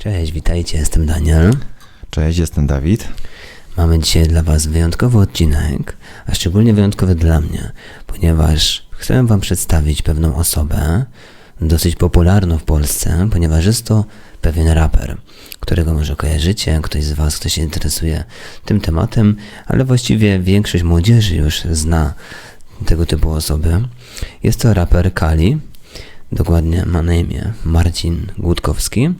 Cześć, witajcie, jestem Daniel. Cześć, jestem Dawid. Mamy dzisiaj dla Was wyjątkowy odcinek, a szczególnie wyjątkowy dla mnie, ponieważ chcę Wam przedstawić pewną osobę, dosyć popularną w Polsce, ponieważ jest to pewien raper, którego może kojarzycie, ktoś z Was, kto się interesuje tym tematem, ale właściwie większość młodzieży już zna tego typu osoby. Jest to raper Kali, dokładnie ma na imię Marcin Głódkowski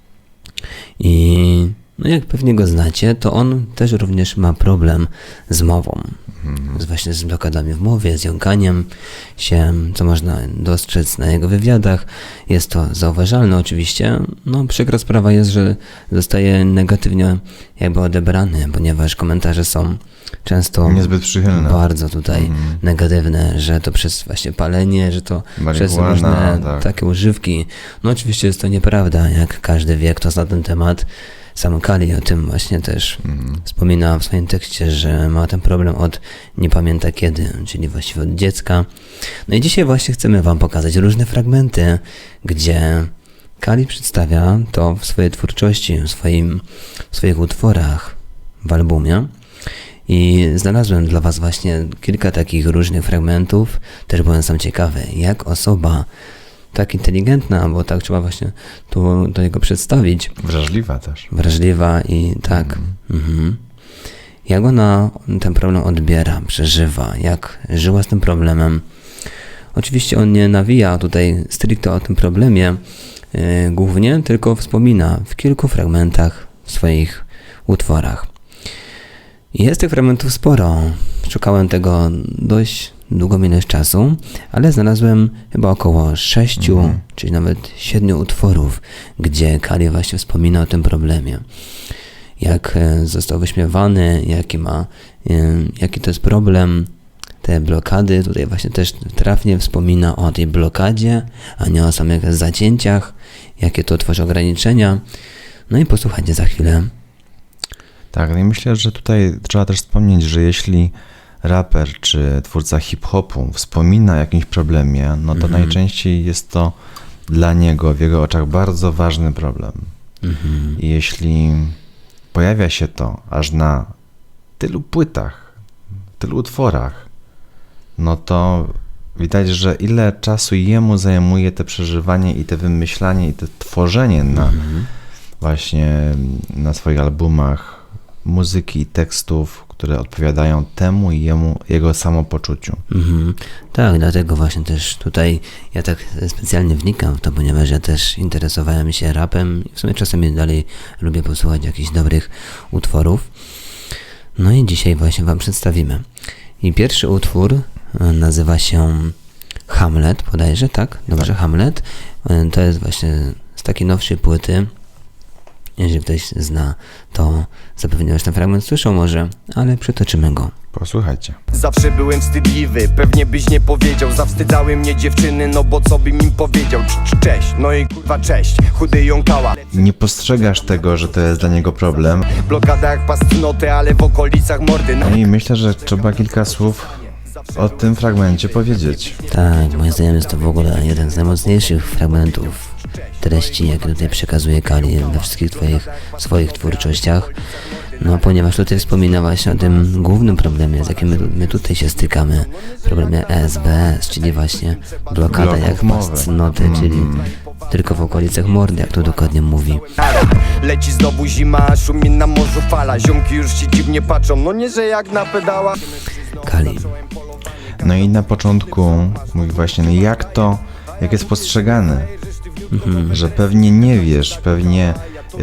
i jak pewnie go znacie, to on też również ma problem z mową, właśnie z blokadami w mowie, z jąkaniem się, co można dostrzec na jego wywiadach. Jest to zauważalne oczywiście. Przykra sprawa jest, że zostaje negatywnie jakby odebrany, ponieważ komentarze są często niezbyt przychylne, bardzo tutaj negatywne, że to przez właśnie palenie, że to przez różne takie używki. Oczywiście jest to nieprawda, jak każdy wie, kto zna ten temat. Sam Kali o tym właśnie też wspomina w swoim tekście, że ma ten problem od nie pamięta kiedy, czyli właściwie od dziecka. I dzisiaj właśnie chcemy Wam pokazać różne fragmenty, gdzie Kali przedstawia to w swojej twórczości, w swoich utworach w albumie. I znalazłem dla Was właśnie kilka takich różnych fragmentów. Też byłem sam ciekawy, jak osoba tak inteligentna, bo tak trzeba właśnie tu do niego przedstawić. Wrażliwa też. Wrażliwa i tak. Jak ona ten problem odbiera, przeżywa, jak żyła z tym problemem. Oczywiście on nie nawija tutaj stricte o tym problemie głównie, tylko wspomina w kilku fragmentach w swoich utworach. Jest tych fragmentów sporo. Szukałem tego dość długą ilość czasu, ale znalazłem chyba około 6, czyli nawet 7 utworów, gdzie Kali właśnie wspomina o tym problemie. Jak został wyśmiewany, jaki to jest problem, te blokady. Tutaj właśnie też trafnie wspomina o tej blokadzie, a nie o samych zacięciach, jakie to tworzy ograniczenia. I posłuchajcie za chwilę. Tak, i myślę, że tutaj trzeba też wspomnieć, że jeśli raper czy twórca hip-hopu wspomina o jakimś problemie, to najczęściej jest to dla niego, w jego oczach, bardzo ważny problem. I jeśli pojawia się to aż na tylu płytach, tylu utworach, to widać, że ile czasu jemu zajmuje te przeżywanie i te wymyślanie i te tworzenie właśnie na swoich albumach muzyki i tekstów, które odpowiadają temu i jego samopoczuciu. Tak, dlatego właśnie też tutaj ja tak specjalnie wnikam w to, ponieważ ja też interesowałem się rapem i w sumie czasami dalej lubię posłuchać jakichś dobrych utworów. I dzisiaj właśnie Wam przedstawimy. I pierwszy utwór nazywa się Hamlet, bodajże, tak? Dobrze, Hamlet. To jest właśnie z takiej nowszej płyty. Jeżeli ktoś zna, to zapewne już ten fragment słyszał może, ale przytoczymy go. Posłuchajcie. Zawsze byłem wstydliwy, pewnie byś nie powiedział. Zawstydzały mnie dziewczyny, bo co bym im powiedział. Cześć, i kurwa cześć, chudy jąkała. Nie postrzegasz tego, że to jest dla niego problem. Blokada jak pastnoty, ale w okolicach mordy. I myślę, że trzeba kilka słów o tym fragmencie powiedzieć. Tak, moim zdaniem jest to w ogóle jeden z najmocniejszych fragmentów treści, jakie tutaj przekazuje Kali we wszystkich swoich twórczościach. Ponieważ tutaj wspomina właśnie o tym głównym problemie, z jakim my tutaj się stykamy. Problemie ESBS, czyli właśnie blokada jak pastnoty, czyli tylko w okolicach mordy, jak to dokładnie mówi. Leci znowu zima, szumi na morzu fala. Ziomki już się dziwnie patrzą, nie że jak na pedała. Kali. I na początku mówi właśnie, jak jest postrzegane, że pewnie nie wiesz, pewnie,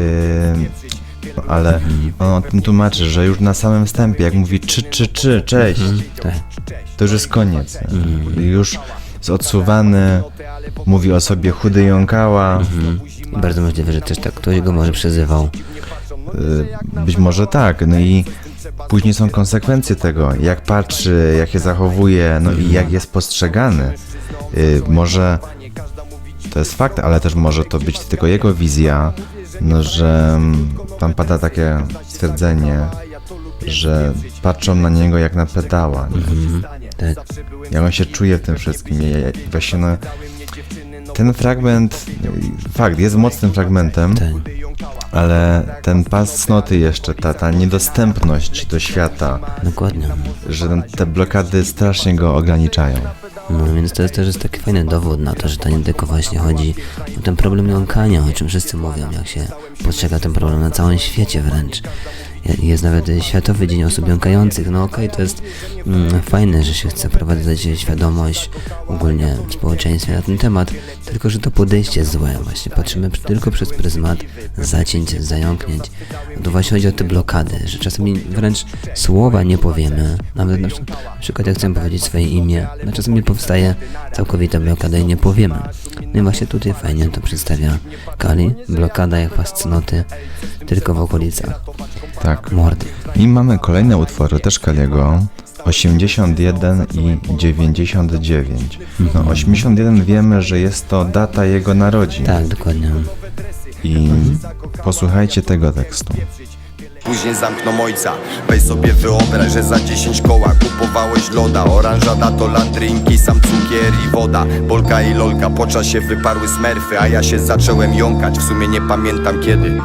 ale on o tym tłumaczy, że już na samym wstępie, jak mówi cześć, to już jest koniec. Już jest odsuwany, mówi o sobie chudy jąkała. Bardzo możliwe, że też tak ktoś go może przezywał. Być może tak, i później są konsekwencje tego, jak patrzy, jak się zachowuje, i jak jest postrzegany. Może to jest fakt, ale też może to być tylko jego wizja, że tam pada takie stwierdzenie, że patrzą na niego jak na pedała. Tak. Jak on się czuje w tym wszystkim. Właśnie ten fragment, fakt, jest mocnym fragmentem, Ale ten pas cnoty jeszcze, ta niedostępność do świata, Dokładnie. że te blokady strasznie go ograniczają. No więc to jest też taki fajny dowód na to, że to nie tylko właśnie chodzi o ten problem jąkania, o czym wszyscy mówią, jak się postrzega ten problem na całym świecie wręcz. Jest nawet Światowy Dzień Osób Jąkających. No okej, to jest fajne, że się chce prowadzić świadomość ogólnie w społeczeństwie na ten temat, tylko że to podejście jest złe właśnie. Patrzymy tylko przez pryzmat zacięć, zająknięć. To właśnie chodzi o te blokady, że czasami wręcz słowa nie powiemy, nawet na przykład jak chcemy powiedzieć swoje imię, no czasami powstaje całkowita blokada i nie powiemy. No i właśnie tutaj fajnie to przedstawia Kali, blokada jak pas cnoty, tylko w okolicach Tak. mordy. I mamy kolejne utwory też Kaliego, 81 i 99. No 81 wiemy, że jest to data jego narodzin. Tak, dokładnie. I posłuchajcie tego tekstu. Później zamkną ojca. Weź sobie wyobraź, że za 10 koła kupowałeś loda. Oranżada to landrynki, sam cukier i woda. Bolka i lolka, po czasie wyparły smerfy, a ja się zacząłem jąkać. W sumie nie pamiętam kiedy.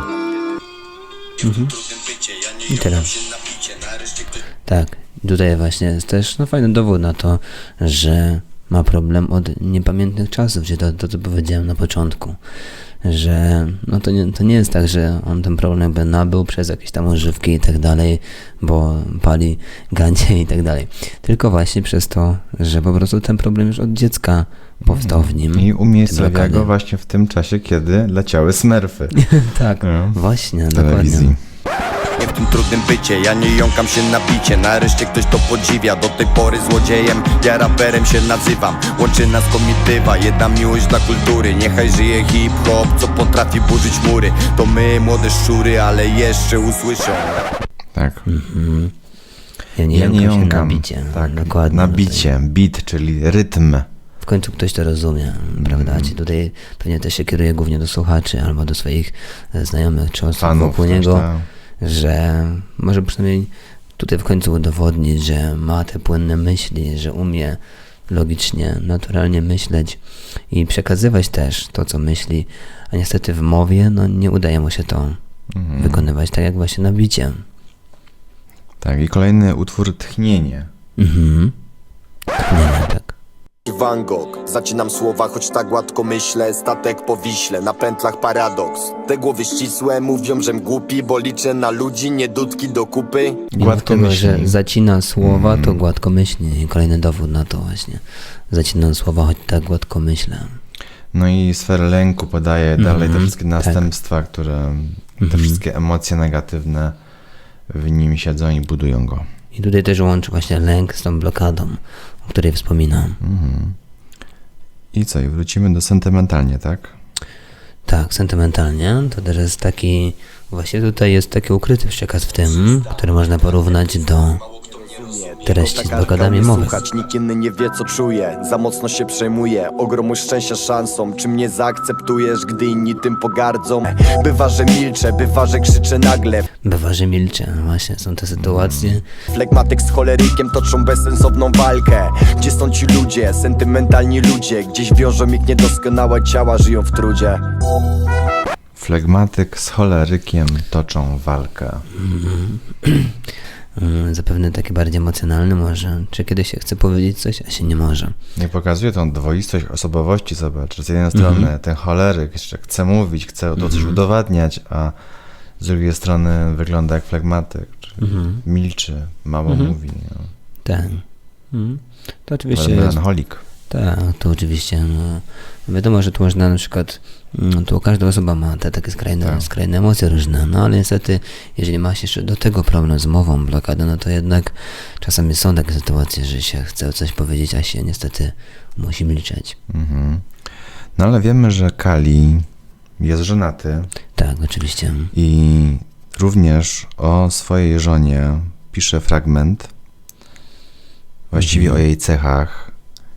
I tyle. Tak, tutaj właśnie jest też fajny dowód na to, że ma problem od niepamiętnych czasów, gdzie to co powiedziałem na początku, że to nie jest tak, że on ten problem jakby nabył przez jakieś tam używki i tak dalej, bo pali gancie i tak dalej, tylko właśnie przez to, że po prostu ten problem już od dziecka powstał w nim. I umiejscowia blokady. go właśnie w tym czasie, kiedy leciały smerfy Tak, No. właśnie, w telewizji. dokładnie. Nie w tym trudnym bycie, ja nie jąkam się na bicie. Nareszcie ktoś to podziwia, do tej pory złodziejem. Ja raperem się nazywam, łączy nas komitywa. Jedna miłość dla kultury, niechaj żyje hip-hop, co potrafi burzyć mury. To my, młode szczury, ale jeszcze usłyszą. Tak. Ja nie jąkam się na bicie. Tak, Dokładnie. na bicie. Beat, czyli rytm. W końcu ktoś to rozumie, prawda? Ci tutaj pewnie też się kieruje głównie do słuchaczy albo do swoich znajomych czy osób Fanów wokół też, niego, tak. że może przynajmniej tutaj w końcu udowodnić, że ma te płynne myśli, że umie logicznie, naturalnie myśleć i przekazywać też to, co myśli, a niestety w mowie nie udaje mu się to wykonywać tak jak właśnie na bicie. Tak, i kolejny utwór Tchnienie. Nie, tak. Van Gogh, zaczynam słowa, choć tak gładko myślę. Statek po Wiśle, na pętlach paradoks. Te głowy ścisłe mówią, żem głupi, bo liczę na ludzi, nie dudki do kupy. Mimo Gładko tego, myśli. że zacina słowa, to gładko myśli. I kolejny dowód na to właśnie. Zacinam słowa, choć tak gładko myślę. No i sferę lęku podaje dalej te wszystkie następstwa, które, te wszystkie emocje negatywne w nim siedzą i budują go. I tutaj też łączy właśnie lęk z tą blokadą, o której wspominam. I co, i wrócimy do sentymentalnie, tak? Tak, sentymentalnie. To też jest taki, właśnie tutaj jest taki ukryty przekaz w tym, który można porównać do treści z blokadami mowy. Słuchać, nikt inny nie wie, co czuje. Za mocno się przejmuje ogromu szczęścia szansą. Czy mnie zaakceptujesz, gdy inni tym pogardzą? Bywa, że milczę, bywa, że krzyczę nagle. Bywa, że milczę. No właśnie, są te sytuacje. Flegmatyk z cholerykiem toczą bezsensowną walkę. Gdzie są ci ludzie, sentymentalni ludzie? Gdzieś wiążą ich niedoskonałe ciała, żyją w trudzie. Flegmatyk z cholerykiem toczą walkę. Zapewne taki bardziej emocjonalny może. Czy kiedy się chce powiedzieć coś, a się nie może. Nie pokazuje tą dwoistość osobowości, zobacz. Z jednej strony ten choleryk jeszcze chce mówić, chce to coś udowadniać, a z drugiej strony wygląda jak flegmatyk, czyli milczy, mało mówi. No. Tak. To oczywiście jest... Melancholik. Tak, to oczywiście, wiadomo, że tu można na przykład, tu każda osoba ma te takie skrajne emocje różne, ale niestety, jeżeli ma się jeszcze do tego problem z mową, blokadę, to jednak czasami są takie sytuacje, że się chce coś powiedzieć, a się niestety musi milczeć. No ale wiemy, że Kali jest żonaty Tak, oczywiście. i również o swojej żonie pisze fragment, właściwie o jej cechach,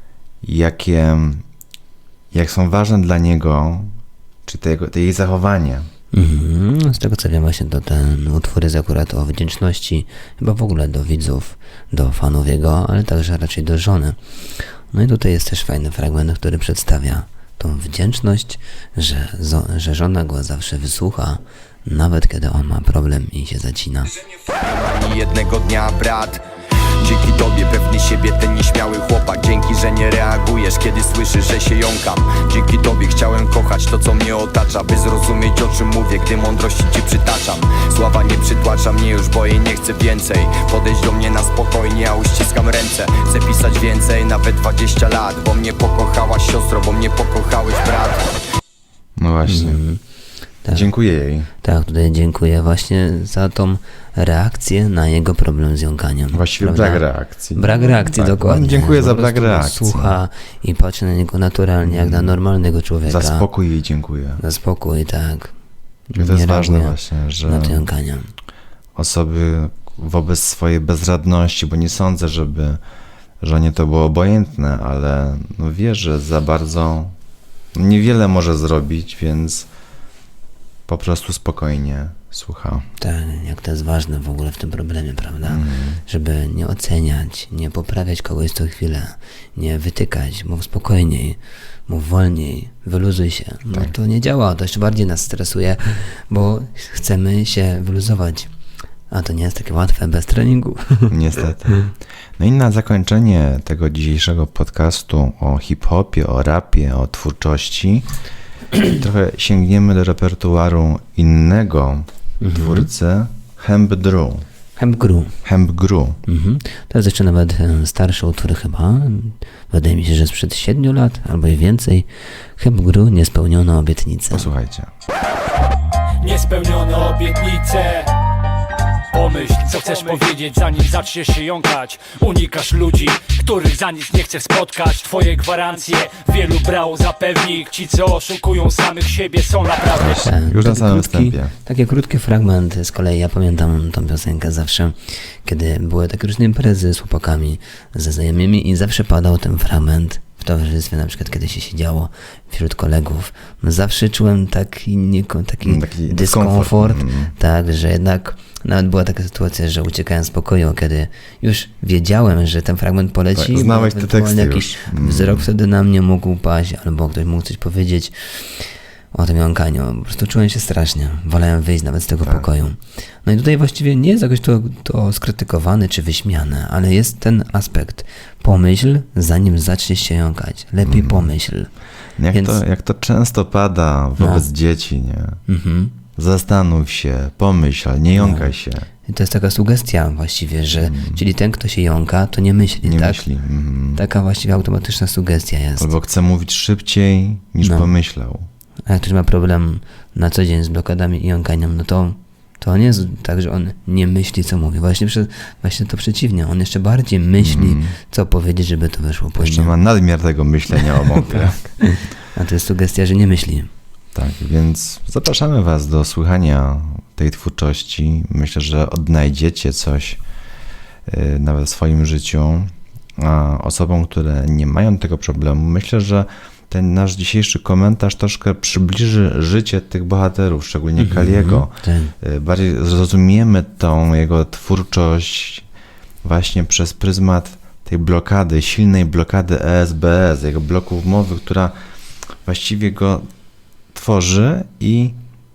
jak są ważne dla niego, czy te jej zachowanie. Z tego co wiem, właśnie to ten utwór jest akurat o wdzięczności, chyba w ogóle do widzów, do fanów jego, ale także raczej do żony. No i tutaj jest też fajny fragment, który przedstawia tą wdzięczność, że żona go zawsze wysłucha, nawet kiedy on ma problem i się zacina. Ani jednego dnia, brat. Dzięki tobie pewny siebie ten nieśmiały chłopak. Dzięki, że nie reagujesz, kiedy słyszysz, że się jąkam. Dzięki tobie chciałem kochać to, co mnie otacza, by zrozumieć, o czym mówię, gdy mądrości ci przytaczam. Sława nie przytłacza mnie już, bo jej nie chcę więcej. Podejdź do mnie na spokojnie, a uściskam ręce. Chcę pisać więcej, nawet 20 lat. Bo mnie pokochałaś siostro, bo mnie pokochałeś brat. No właśnie. Tak. Dziękuję jej. Tak, tutaj dziękuję właśnie za tą reakcję na jego problem z jąkaniem. Właściwie prawda? brak reakcji. Brak reakcji, Tak, dokładnie. dziękuję za Po brak prostu reakcji. Słucha i patrzy na niego naturalnie, jak na normalnego człowieka. Za spokój jej dziękuję. Za spokój, tak. I to jest ważne właśnie, że na to jąkanie. osoby wobec swojej bezradności, bo nie sądzę, żeby żonie to było obojętne, ale no wie, że za bardzo niewiele może zrobić, więc po prostu spokojnie słucha. Tak, jak to jest ważne w ogóle w tym problemie, prawda? Żeby nie oceniać, nie poprawiać kogoś co chwilę, nie wytykać, mów spokojniej, mów wolniej, wyluzuj się. No to nie działa, to jeszcze bardziej nas stresuje, bo chcemy się wyluzować. A to nie jest takie łatwe bez treningu. Niestety. No i na zakończenie tego dzisiejszego podcastu o hip-hopie, o rapie, o twórczości, trochę sięgniemy do repertuaru innego twórcy, Hemp Drew. Hemp Gru. Hemp Grew. To jest jeszcze nawet starszy utwór chyba. Wydaje mi się, że sprzed 7 lat albo i więcej. Hemp Gru, niespełnione obietnice. Posłuchajcie. Niespełnione obietnice. Pomyśl, co chcesz powiedzieć, zanim zaczniesz się jąkać. Unikasz ludzi, których za nic nie chcesz spotkać. Twoje gwarancje wielu brało za pewnik. Ci, co oszukują samych siebie, są naprawdę... Już na Taki samym krótki- wstępie. Taki krótki fragment z kolei, ja pamiętam tą piosenkę zawsze, kiedy były takie różne imprezy z chłopakami, ze znajomymi i zawsze padał ten fragment w towarzystwie, na przykład kiedy się siedziało wśród kolegów. No zawsze czułem taki Taki dyskomfort, dyskomfort. tak, że jednak nawet była taka sytuacja, że uciekałem z pokoju, kiedy już wiedziałem, że ten fragment poleci, Tak, znałeś bo te ewentualnie teksty jakiś już. wzrok wtedy na mnie mógł paść, albo ktoś mógł coś powiedzieć o tym jąkaniu. Po prostu czułem się strasznie. Wolałem wyjść nawet z tego pokoju. No i tutaj właściwie nie jest jakoś to skrytykowane czy wyśmiane, ale jest ten aspekt. Pomyśl, zanim zaczniesz się jąkać. Lepiej pomyśl. Więc- Jak to często pada wobec dzieci, nie? Zastanów się, pomyśl, ale nie jąkaj się. I to jest taka sugestia właściwie, że czyli ten, kto się jąka, to nie myśli, Nie tak? myśli. Taka właściwie automatyczna sugestia jest. Albo chce mówić szybciej niż pomyślał. A jak ktoś ma problem na co dzień z blokadami i jąkaniem, no to nie jest tak, że on nie myśli, co mówi. Właśnie to przeciwnie. On jeszcze bardziej myśli, co powiedzieć, żeby to wyszło Jeszcze później. ma nadmiar tego myślenia o mowie. A to jest sugestia, że nie myśli. Tak, więc zapraszamy Was do słuchania tej twórczości. Myślę, że odnajdziecie coś nawet w swoim życiu. A osobom, które nie mają tego problemu, myślę, że ten nasz dzisiejszy komentarz troszkę przybliży życie tych bohaterów, szczególnie Kaliego. Tak. Bardziej zrozumiemy tą jego twórczość właśnie przez pryzmat tej blokady, silnej blokady ESBS, jego bloków mowy, która właściwie go tworzy i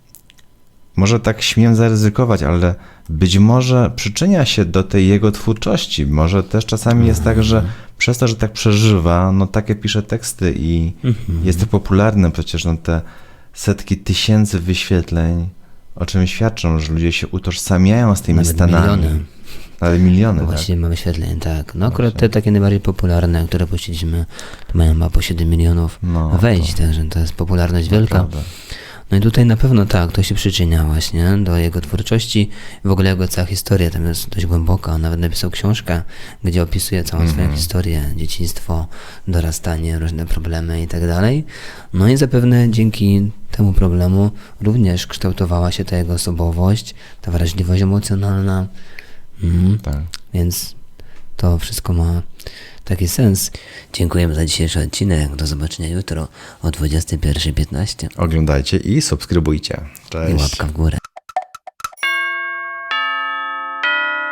może tak śmiem zaryzykować, ale być może przyczynia się do tej jego twórczości. Może też czasami jest tak, że przez to, że tak przeżywa, no takie pisze teksty i jest to popularne, przecież no te setki tysięcy wyświetleń, o czym świadczą, że ludzie się utożsamiają z tymi Nawet stanami. miliony. Ale miliony, tak. Właściwie ma wyświetleń, tak. No akurat te takie najbardziej popularne, które puściliśmy, to mają chyba po 7 milionów wejść, także to jest popularność wielka. Naprawdę. No i tutaj na pewno tak, to się przyczynia właśnie do jego twórczości, w ogóle jego cała historia tam jest dość głęboka. On nawet napisał książkę, gdzie opisuje całą swoją historię, dzieciństwo, dorastanie, różne problemy i tak dalej. No i zapewne dzięki temu problemu również kształtowała się ta jego osobowość, ta wrażliwość emocjonalna. Tak. Więc to wszystko ma taki sens. Dziękujemy za dzisiejszy odcinek. Do zobaczenia jutro o 21:15. Oglądajcie i subskrybujcie. I Cześć. łapka w górę.